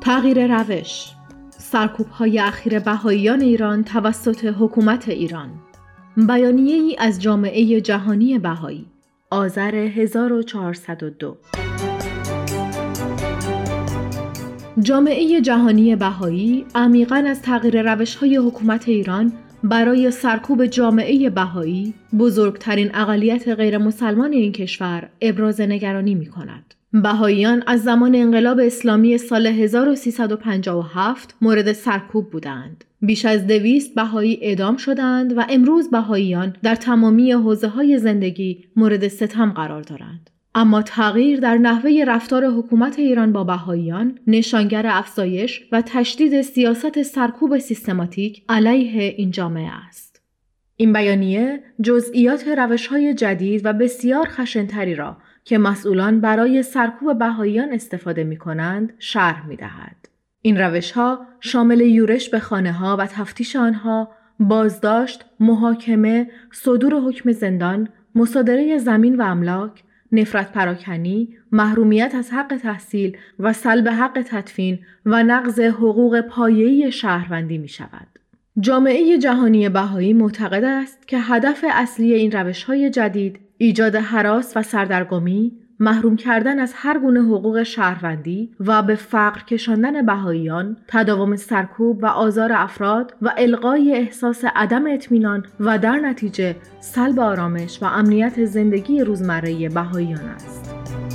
تغییر روش، سرکوب‌های اخیر بهائیان ایران توسط حکومت ایران. بیانیه‌ای از جامعه جهانی بهایی، آذر 1402. جامعه جهانی بهایی عمیقاً از تغییر روش‌های حکومت ایران برای سرکوب جامعه بهایی، بزرگترین اقلیت غیر مسلمان این کشور، ابراز نگرانی می‌کند. بهائیان از زمان انقلاب اسلامی سال 1357 مورد سرکوب بودند. بیش از 200 بهایی اعدام شدند و امروز بهائیان در تمامی حوزه‌های زندگی مورد ستم قرار دارند. اما تغییر در نحوه رفتار حکومت ایران با بهائیان نشانگر افزایش و تشدید سیاست سرکوب سیستماتیک علیه این جامعه است. این بیانیه جزئیات روش‌های جدید و بسیار خشن‌تری را که مسئولان برای سرکوب بهائیان استفاده می‌کنند شرح می‌دهد. این روش‌ها شامل یورش به خانه‌ها و تفتیش آنها، بازداشت، محاکمه، صدور حکم زندان، مصادره زمین و املاک، نفرت پراکنی، محرومیت از حق تحصیل و سلب حق تدفین و نقض حقوق پایه‌ای شهروندی می‌شود. جامعه جهانی بهایی معتقد است که هدف اصلی این روش‌های جدید ایجاد هراس و سردرگمی، محروم کردن از هر گونه حقوق شهروندی و به فقر کشاندن بهائیان، تداوم سرکوب و آزار افراد و القای احساس عدم اطمینان و در نتیجه سلب آرامش و امنیت زندگی روزمره بهائیان است.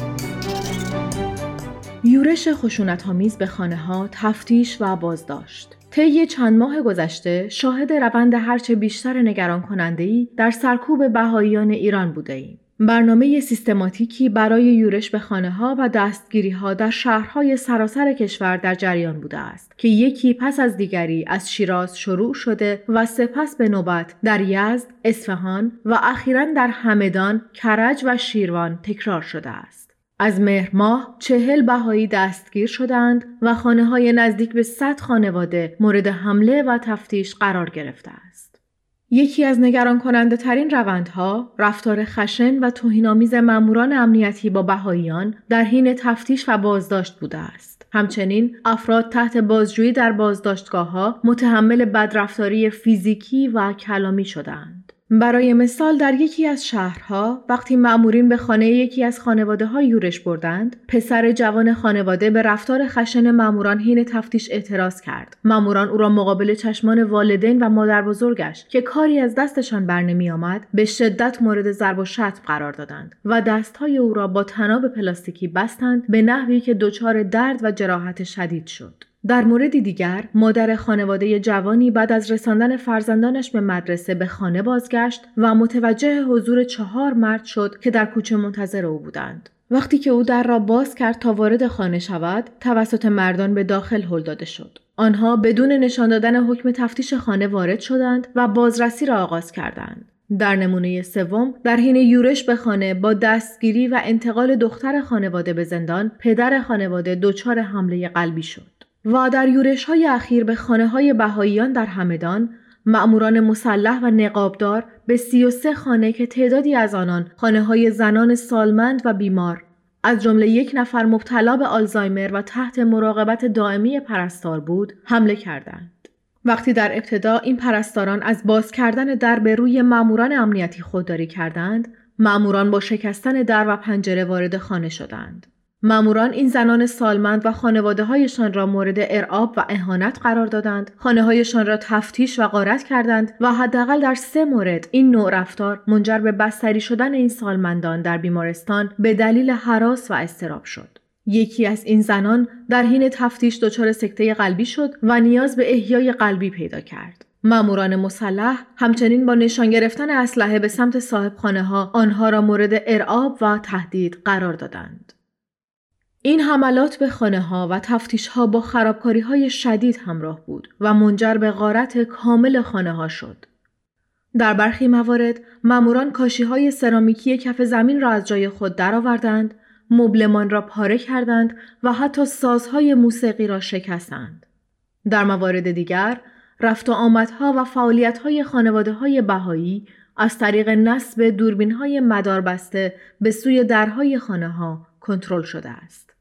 یورش خشونت‌آمیز به خانه‌ها، تفتیش و بازداشت. طی چند ماه گذشته شاهد روند هرچه بیشتر نگران کننده‌ای در سرکوب بهائیان ایران بوده‌ایم. برنامه سیستماتیکی برای یورش به خانه‌ها و دستگیری‌ها در شهرهای سراسر کشور در جریان بوده است که یکی پس از دیگری از شیراز شروع شده و سپس به نوبت در یزد، اصفهان و اخیراً در همدان، کرج و شیروان تکرار شده است. از مهر ماه 40 بهایی دستگیر شدند و خانه‌های نزدیک به 100 خانواده مورد حمله و تفتیش قرار گرفته است. یکی از نگران کننده ترین روندها رفتار خشن و توهین‌آمیز ماموران امنیتی با بهائیان در حین تفتیش و بازداشت بوده است. همچنین افراد تحت بازجویی در بازداشتگاه‌ها متحمل بدرفتاری فیزیکی و کلامی شدند. برای مثال در یکی از شهرها وقتی مأمورین به خانه یکی از خانواده‌ها یورش بردند، پسر جوان خانواده به رفتار خشن مأموران حین تفتیش اعتراض کرد. مأموران او را مقابل چشمان والدین و مادربزرگش که کاری از دستشان برنمی آمد، به شدت مورد ضرب و شتم قرار دادند و دستهای او را با طناب پلاستیکی بستند به نحوی که دچار درد و جراحت شدید شد. در موردی دیگر، مادر خانواده جوانی بعد از رساندن فرزندانش به مدرسه به خانه بازگشت و متوجه حضور 4 مرد شد که در کوچه منتظر او بودند. وقتی که او در را باز کرد تا وارد خانه شود، توسط مردان به داخل هل داده شد. آنها بدون نشان دادن حکم تفتیش خانه وارد شدند و بازرسی را آغاز کردند. در نمونه سوم، در حین یورش به خانه با دستگیری و انتقال دختر خانواده به زندان، پدر خانواده دچار حمله قلبی شد. و در یورش‌های اخیر به خانه‌های بهائیان در همدان، مأموران مسلح و نقابدار به 33 خانه که تعدادی از آنان خانه‌های زنان سالمند و بیمار، از جمله 1 نفر مبتلا به آلزایمر و تحت مراقبت دائمی پرستار بود، حمله کردند. وقتی در ابتدا این پرستاران از باز کردن در به روی مأموران امنیتی خودداری کردند، مأموران با شکستن در و پنجره وارد خانه شدند. ماموران این زنان سالمند و خانواده‌هایشان را مورد ارعاب و اهانت قرار دادند، خانه‌هایشان را تفتیش و غارت کردند و حداقل در 3 مورد این نوع رفتار منجر به بستری شدن این سالمندان در بیمارستان به دلیل هراس و اضطراب شد. یکی از این زنان در حین تفتیش دچار سکته قلبی شد و نیاز به احیای قلبی پیدا کرد. ماموران مسلح همچنین با نشان گرفتن اسلحه به سمت صاحبخانه‌ها آنها را مورد ارعاب و تهدید قرار دادند. این حملات به خانه‌ها و تفتیش‌ها با خرابکاری‌های شدید همراه بود و منجر به غارت کامل خانه‌ها شد. در برخی موارد، ماموران کاشی‌های سرامیکی کف زمین را از جای خود درآوردند، مبلمان را پاره کردند و حتی سازهای موسیقی را شکستند. در موارد دیگر، رفت و آمدها و فعالیت‌های خانواده‌های بهایی از طریق نصب دوربین‌های مداربسته به سوی درهای خانه‌ها کنترل شده است.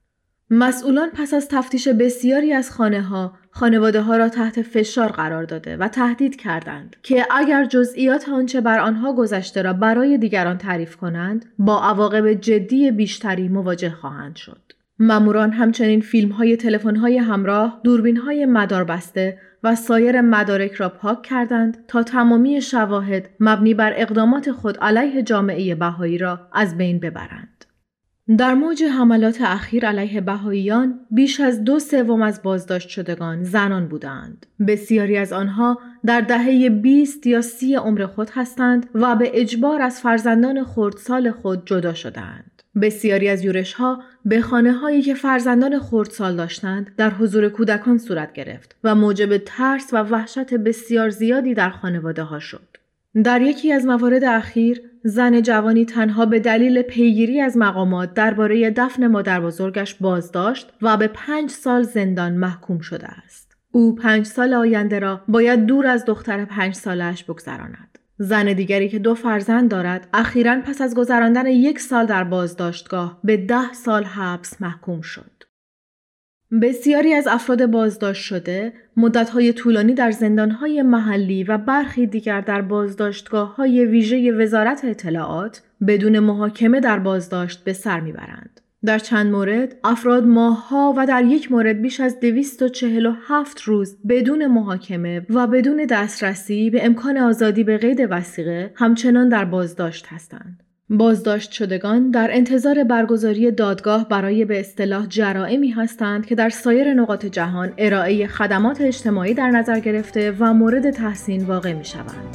مسئولان پس از تفتیش بسیاری از خانه‌ها، خانواده‌ها را تحت فشار قرار داده و تهدید کردند که اگر جزئیات آنچه بر آنها گذشته را برای دیگران تعریف کنند، با عواقب جدی بیشتری مواجه خواهند شد. ماموران همچنین فیلم‌های تلفن‌های همراه، دوربین‌های مداربسته و سایر مدارک را پاک کردند تا تمامی شواهد مبنی بر اقدامات خود علیه جامعه بهایی را از بین ببرند. در موج حملات اخیر علیه بهائیان بیش از 2/3 از بازداشت شدگان زنان بودند. بسیاری از آنها در دهه 20 یا 30 عمر خود هستند و به اجبار از فرزندان خردسال خود جدا شدند. بسیاری از یورش‌ها به خانه‌هایی که فرزندان خردسال داشتند در حضور کودکان صورت گرفت و موجب ترس و وحشت بسیار زیادی در خانواده‌ها شد. در یکی از موارد اخیر، زن جوانی تنها به دلیل پیگیری از مقامات درباره دفن مادر بزرگش بازداشت و به 5 سال زندان محکوم شده است. او 5 سال آینده را باید دور از دختر 5 سالش بگذراند. زن دیگری که 2 فرزند دارد، اخیراً پس از گذراندن 1 سال در بازداشتگاه به 10 سال حبس محکوم شد. بسیاری از افراد بازداشت شده مدت‌های طولانی در زندان‌های محلی و برخی دیگر در بازداشتگاه‌های ویژه وزارت اطلاعات بدون محاکمه در بازداشت به سر می‌برند. در چند مورد افراد ماه‌ها و در یک مورد بیش از 247 روز بدون محاکمه و بدون دسترسی به امکان آزادی به قید وثیقه همچنان در بازداشت هستند. بازداشت شدگان در انتظار برگزاری دادگاه برای به اصطلاح جرائمی هستند که در سایر نقاط جهان ارائه خدمات اجتماعی در نظر گرفته و مورد تحسین واقع می شوند.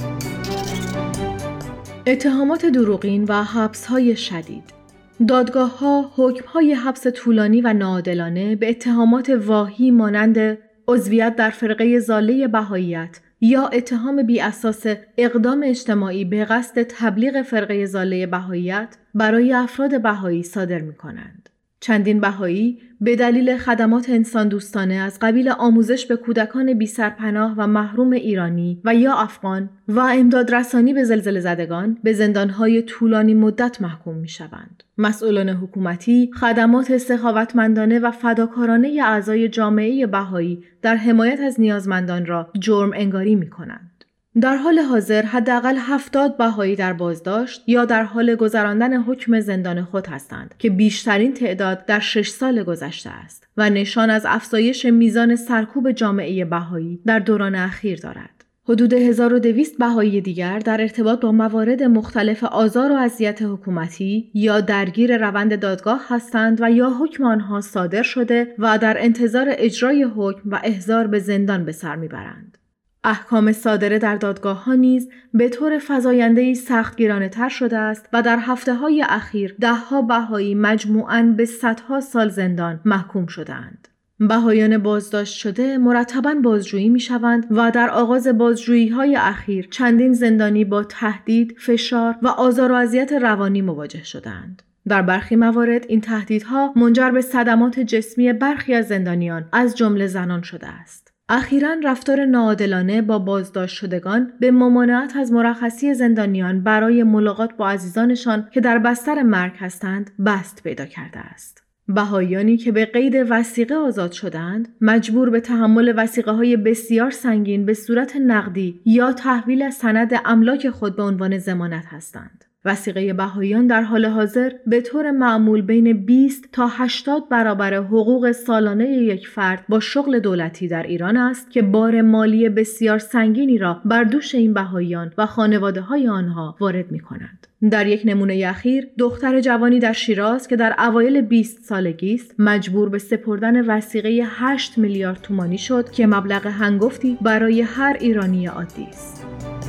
اتهامات دروغین و حبس‌های شدید. دادگاه‌ها حکم‌های حبس طولانی و ناعادلانه به اتهامات واهی مانند عضویت در فرقه ضاله بهائیت یا اتهام بی اساس اقدام اجتماعی به قصد تبلیغ فرقه ضاله بهائیت برای افراد بهایی صادر می کنند. چندین بهایی به دلیل خدمات انسان دوستانه از قبیل آموزش به کودکان بی سرپناه و محروم ایرانی و یا افغان و امداد رسانی به زلزله زدگان به زندانهای طولانی مدت محکوم می شوند. مسئولان حکومتی خدمات سخاوتمندانه و فداکارانه اعضای جامعه بهایی در حمایت از نیازمندان را جرم انگاری می کنند. در حال حاضر حداقل 70 بهایی در بازداشت یا در حال گذراندن حکم زندان خود هستند که بیشترین تعداد در 6 سال گذشته است و نشان از افزایش میزان سرکوب جامعه بهایی در دوران اخیر دارد. حدود 1200 بهایی دیگر در ارتباط با موارد مختلف آزار و اذیت حکومتی یا درگیر روند دادگاه هستند و یا حکم آنها صادر شده و در انتظار اجرای حکم و احضار به زندان به سر میبرند. احکام صادره در دادگاه‌ها نیز به طور فزاینده‌ای سختگیرانه‌تر شده است و در هفته‌های اخیر ده‌ها بهایی مجموعاً به صدها سال زندان محکوم شده‌اند. بهایان بازداشت شده مرتباً بازجویی می‌شوند و در آغاز بازجویی‌های اخیر چندین زندانی با تهدید، فشار و آزار و اذیت روانی مواجه شدند. در برخی موارد این تهدیدها منجر به صدمات جسمی برخی از زندانیان از جمله زنان شده است. اخیراً رفتار ناعادلانه با بازداشت شدگان به ممانعت از مرخصی زندانیان برای ملاقات با عزیزانشان که در بستر مرگ هستند بست پیدا کرده است. بهائیانی که به قید وثیقه آزاد شدند مجبور به تحمل وثیقه‌های بسیار سنگین به صورت نقدی یا تحویل سند املاک خود به عنوان ضمانت هستند. وثیقه بهائیان در حال حاضر به طور معمول بین 20 تا 80 برابر حقوق سالانه یک فرد با شغل دولتی در ایران است که بار مالی بسیار سنگینی را بر دوش این بهائیان و خانواده‌های آنها وارد می‌کنند. در یک نمونه اخیر دختر جوانی در شیراز که در اوایل 20 سالگی است مجبور به سپردن وثیقه 8 میلیارد تومانی شد که مبلغ هنگفتی برای هر ایرانی عادی است.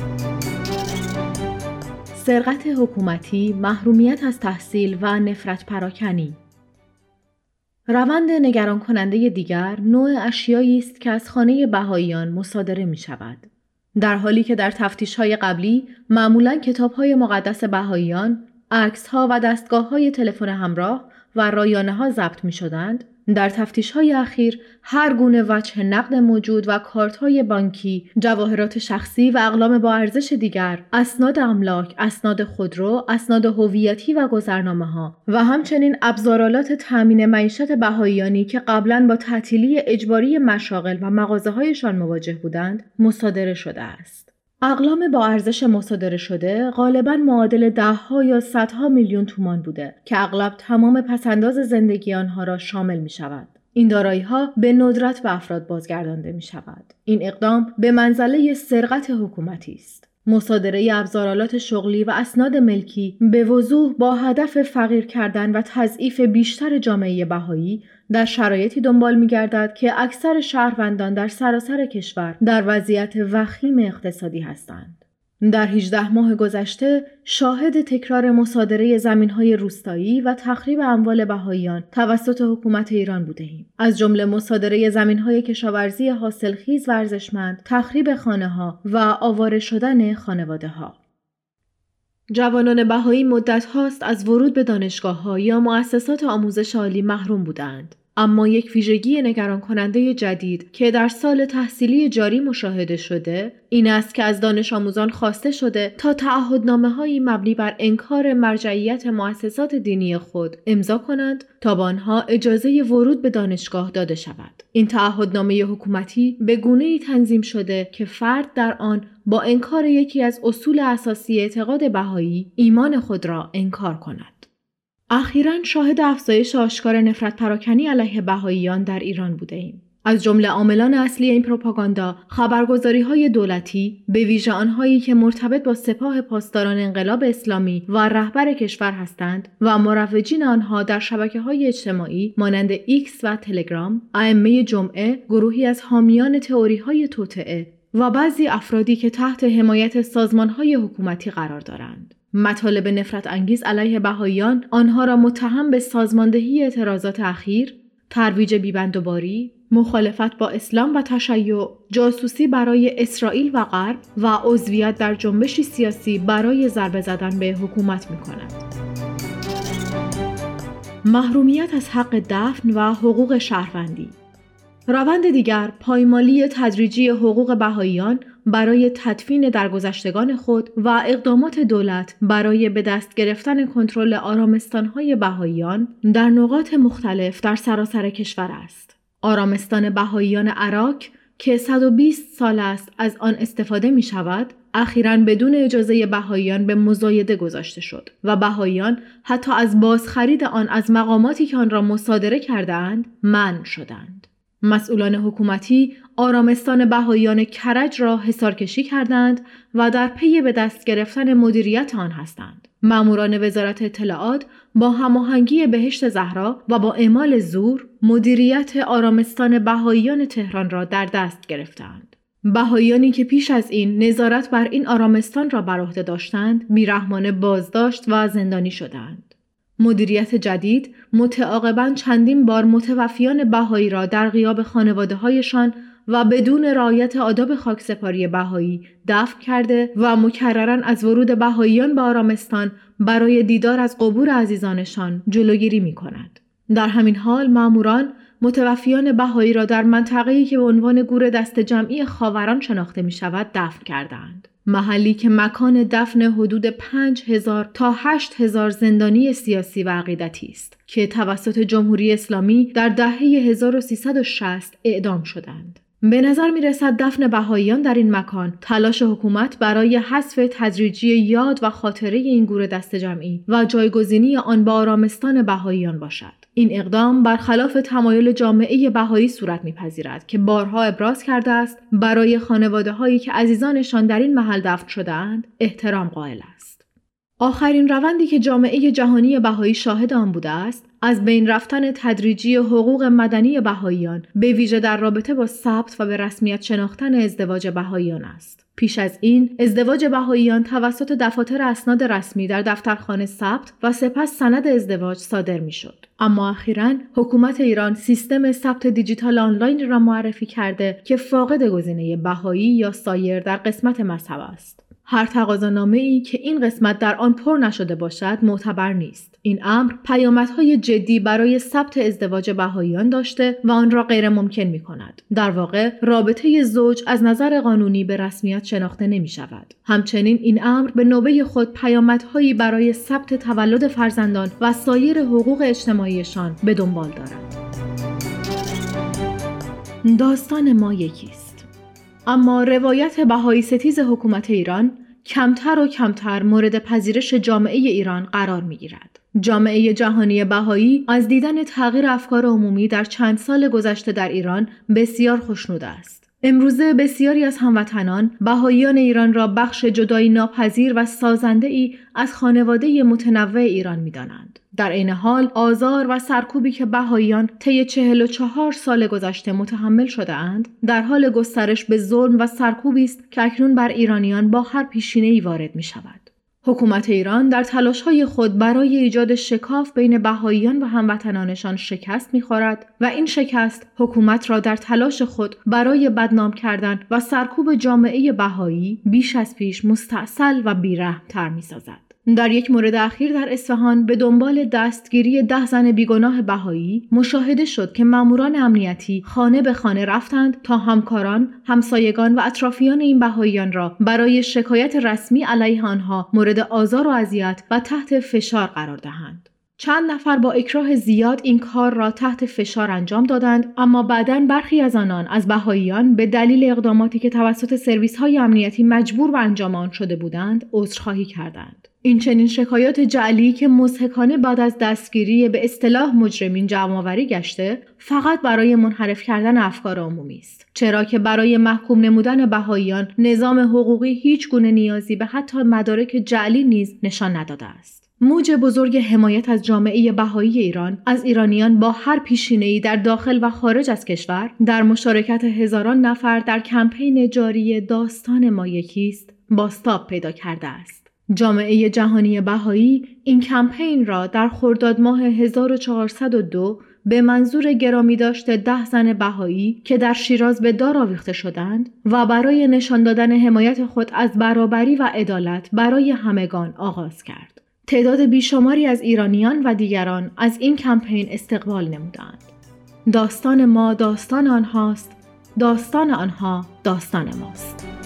سرقت حکومتی، محرومیت از تحصیل و نفرت پراکنی. روند نگران کننده دیگر نوع اشیایی است که از خانه بهائیان مصادره می شود. در حالی که در تفتیش‌های قبلی معمولاً کتاب‌های مقدس بهائیان، عکس‌ها و دستگاه‌های تلفن همراه و رایانه‌ها ضبط می‌شدند، در تفتیش‌های اخیر هر گونه وجه نقد موجود و کارت‌های بانکی، جواهرات شخصی و اقلام با ارزش دیگر، اسناد املاک، اسناد خودرو، اسناد هویتی و گذرنامه‌ها و همچنین ابزارالات تأمین معیشت بهائیانی که قبلاً با تعطیلی اجباری مشاغل و مغازه‌هایشان مواجه بودند، مصادره شده است. اقلام با ارزش مصادره شده غالباً معادل ده‌ها یا صدها میلیون تومان بوده که اغلب تمام پسنداز زندگی آنها را شامل می شود. این دارایی‌ها به ندرت به افراد بازگردانده می شود. این اقدام به منزله سرقت حکومتی است. مصادره ابزارالات شغلی و اسناد ملکی به وضوح با هدف فقیر کردن و تضعیف بیشتر جامعه بهایی در شرایطی دنبال می‌گردد که اکثر شهروندان در سراسر کشور در وضعیت وخیم اقتصادی هستند. در 18 ماه گذشته شاهد تکرار مصادره زمین‌های روستایی و تخریب اموال بهائیان توسط حکومت ایران بوده‌ایم. از جمله مصادره زمین‌های کشاورزی حاصلخیز و ارزشمند، تخریب خانه‌ها و آواره شدن خانواده‌ها. جوانان بهایی مدت هاست از ورود به دانشگاه‌ها یا مؤسسات آموزش عالی محروم بودند. اما یک ویژگی نگران کننده جدید که در سال تحصیلی جاری مشاهده شده این است که از دانش آموزان خواسته شده تا تعهدنامه‌هایی مبنی بر انکار مرجعیت مؤسسات دینی خود امضا کنند تا به آنها اجازه ورود به دانشگاه داده شود. این تعهدنامه حکومتی به گونه‌ای تنظیم شده که فرد در آن با انکار یکی از اصول اساسی اعتقاد بهایی ایمان خود را انکار کند. اخیراً شاهد افزایش آشکار نفرت پراکنی علیه بهائیان در ایران بوده‌ایم. از جمله عاملان اصلی این پروپاگاندا خبرگزاری‌های دولتی، به ویژه آنهایی که مرتبط با سپاه پاسداران انقلاب اسلامی و رهبر کشور هستند و مروجین آنها در شبکه‌های اجتماعی مانند ایکس و تلگرام، ائمه جمعه، گروهی از حامیان تئوری‌های توطئه و بعضی افرادی که تحت حمایت سازمان‌های حکومتی قرار دارند. مطالب نفرت انگیز علیه بهائیان آنها را متهم به سازماندهی اعتراضات اخیر، ترویج بیبندوباری، مخالفت با اسلام و تشیع، جاسوسی برای اسرائیل و غرب و عضویت در جنبشی سیاسی برای ضربه زدن به حکومت می‌کند. محرومیت از حق دفن و حقوق شهروندی. روند دیگر، پایمالی تدریجی حقوق بهائیان برای تدفین درگذشتگان خود و اقدامات دولت برای به دست گرفتن کنترل آرامستان‌های بهائیان در نقاط مختلف در سراسر کشور است. آرامستان بهائیان عراق که 120 سال است از آن استفاده می شود، اخیراً بدون اجازه بهائیان به مزایده گذاشته شد و بهائیان حتی از بازخرید آن از مقاماتی که آن را مصادره کرده‌اند منع شدند. مسئولان حکومتی آرامستان بهائیان کرج را حصارکشی کردند و در پی به دست گرفتن مدیریت آن هستند. ماموران وزارت اطلاعات با هماهنگی بهشت زهرا و با اعمال زور مدیریت آرامستان بهائیان تهران را در دست گرفتند. بهائیانی که پیش از این نظارت بر این آرامستان را بر عهده داشتند، بیرحمانه بازداشت و زندانی شدند. مدیریت جدید متعاقباً چندین بار متوفیان بهایی را در غیاب خانواده‌هایشان و بدون رعایت آداب خاکسپاری بهایی دفن کرده و مکرراً از ورود بهائیان به آرامستان برای دیدار از قبور عزیزانشان جلوگیری می‌کند. در همین حال ماموران متوفیان بهایی را در منطقه‌ای که به عنوان گور دست جمعی خاوران شناخته می‌شود دفن کردند. محلی که مکان دفن حدود 5000 تا 8000 زندانی سیاسی و عقیدتی است که توسط جمهوری اسلامی در دهه 1360 اعدام شدند. به نظر می رسد دفن بهائیان در این مکان تلاش حکومت برای حذف تدریجی یاد و خاطره این گور دست جمعی و جایگزینی آن با آرامستان بهائیان باشد. این اقدام برخلاف تمایل جامعه بهایی صورت می‌پذیرد که بارها ابراز کرده است برای خانواده‌هایی که عزیزانشان در این محل دفن شده‌اند احترام قائل است. آخرین روندی که جامعه جهانی بهایی شاهد آن بوده است، از بین رفتن تدریجی حقوق مدنی بهائیان به ویژه در رابطه با ثبت و به رسمیت شناختن ازدواج بهائیان است. پیش از این ازدواج بهائیان توسط دفاتر اسناد رسمی در دفترخانه ثبت و سپس سند ازدواج صادر می‌شد. اما اخیراً حکومت ایران سیستم ثبت دیجیتال آنلاین را معرفی کرده که فاقد گزینه بهایی یا سایر در قسمت مذهب است. هر تقاضانامه‌ای که این قسمت در آن پر نشده باشد معتبر نیست. این امر پیامدهای جدی برای ثبت ازدواج بهائیان داشته و آن را غیر ممکن می‌کند. در واقع رابطه زوج از نظر قانونی به رسمیت شناخته نمی‌شود. همچنین این امر به نوبه خود پیامدهایی برای ثبت تولد فرزندان و سایر حقوق اجتماعیشان به دنبال دارد. داستان ما یکیست. اما روایت بهایی ستیز حکومت ایران کمتر و کمتر مورد پذیرش جامعه ایران قرار می‌گیرد. جامعه جهانی بهایی از دیدن تغییر افکار عمومی در چند سال گذشته در ایران بسیار خوشنود است. امروزه بسیاری از هموطنان بهائیان ایران را بخش جدایی ناپذیر و سازنده‌ای از خانواده متنوع ایران می‌دانند. در عین حال آزار و سرکوبی که بهائیان طی 44 سال گذشته متحمل شده‌اند، در حال گسترش به ظلم و سرکوبی است که اکنون بر ایرانیان با هر پیشینه‌ای وارد می‌شود. حکومت ایران در تلاش‌های خود برای ایجاد شکاف بین بهائیان و هموطنانشان شکست می‌خورد و این شکست حکومت را در تلاش خود برای بدنام کردن و سرکوب جامعه بهایی بیش از پیش مستعسل و بی‌رحم‌تر می‌سازد. در یک مورد اخیر در اصفهان به دنبال دستگیری 10 زن بیگناه بهایی مشاهده شد که ماموران امنیتی خانه به خانه رفتند تا همکاران، همسایگان و اطرافیان این بهائیان را برای شکایت رسمی علیه آنها مورد آزار و اذیت و تحت فشار قرار دهند. چند نفر با اکراه زیاد این کار را تحت فشار انجام دادند، اما بعداً برخی از آنان از بهائیان به دلیل اقداماتی که توسط سرویس‌های امنیتی مجبور به انجام آن شده بودند عذرخواهی کردند. این چنین شکایات جعلی که مضحکانه بعد از دستگیری به اصطلاح مجرمین جمع‌آوری گشته، فقط برای منحرف کردن افکار عمومی است، چرا که برای محکوم نمودن بهائیان نظام حقوقی هیچ گونه نیازی به حتی مدارک جعلی نیز نشان نداده است. موج بزرگ حمایت از جامعه بهایی ایران از ایرانیان با هر پیشینه‌ای در داخل و خارج از کشور در مشارکت هزاران نفر در کمپین جاری داستان ما یکیست بازتاب پیدا کرده است. جامعه جهانی بهایی این کمپین را در خرداد ماه 1402 به منظور گرامی داشته 10 زن بهایی که در شیراز به دار آویخته شدند و برای نشان دادن حمایت خود از برابری و عدالت برای همگان آغاز کرد. تعداد بیشماری از ایرانیان و دیگران از این کمپین استقبال نمودند. داستان ما داستان آنهاست، داستان آنها داستان ماست.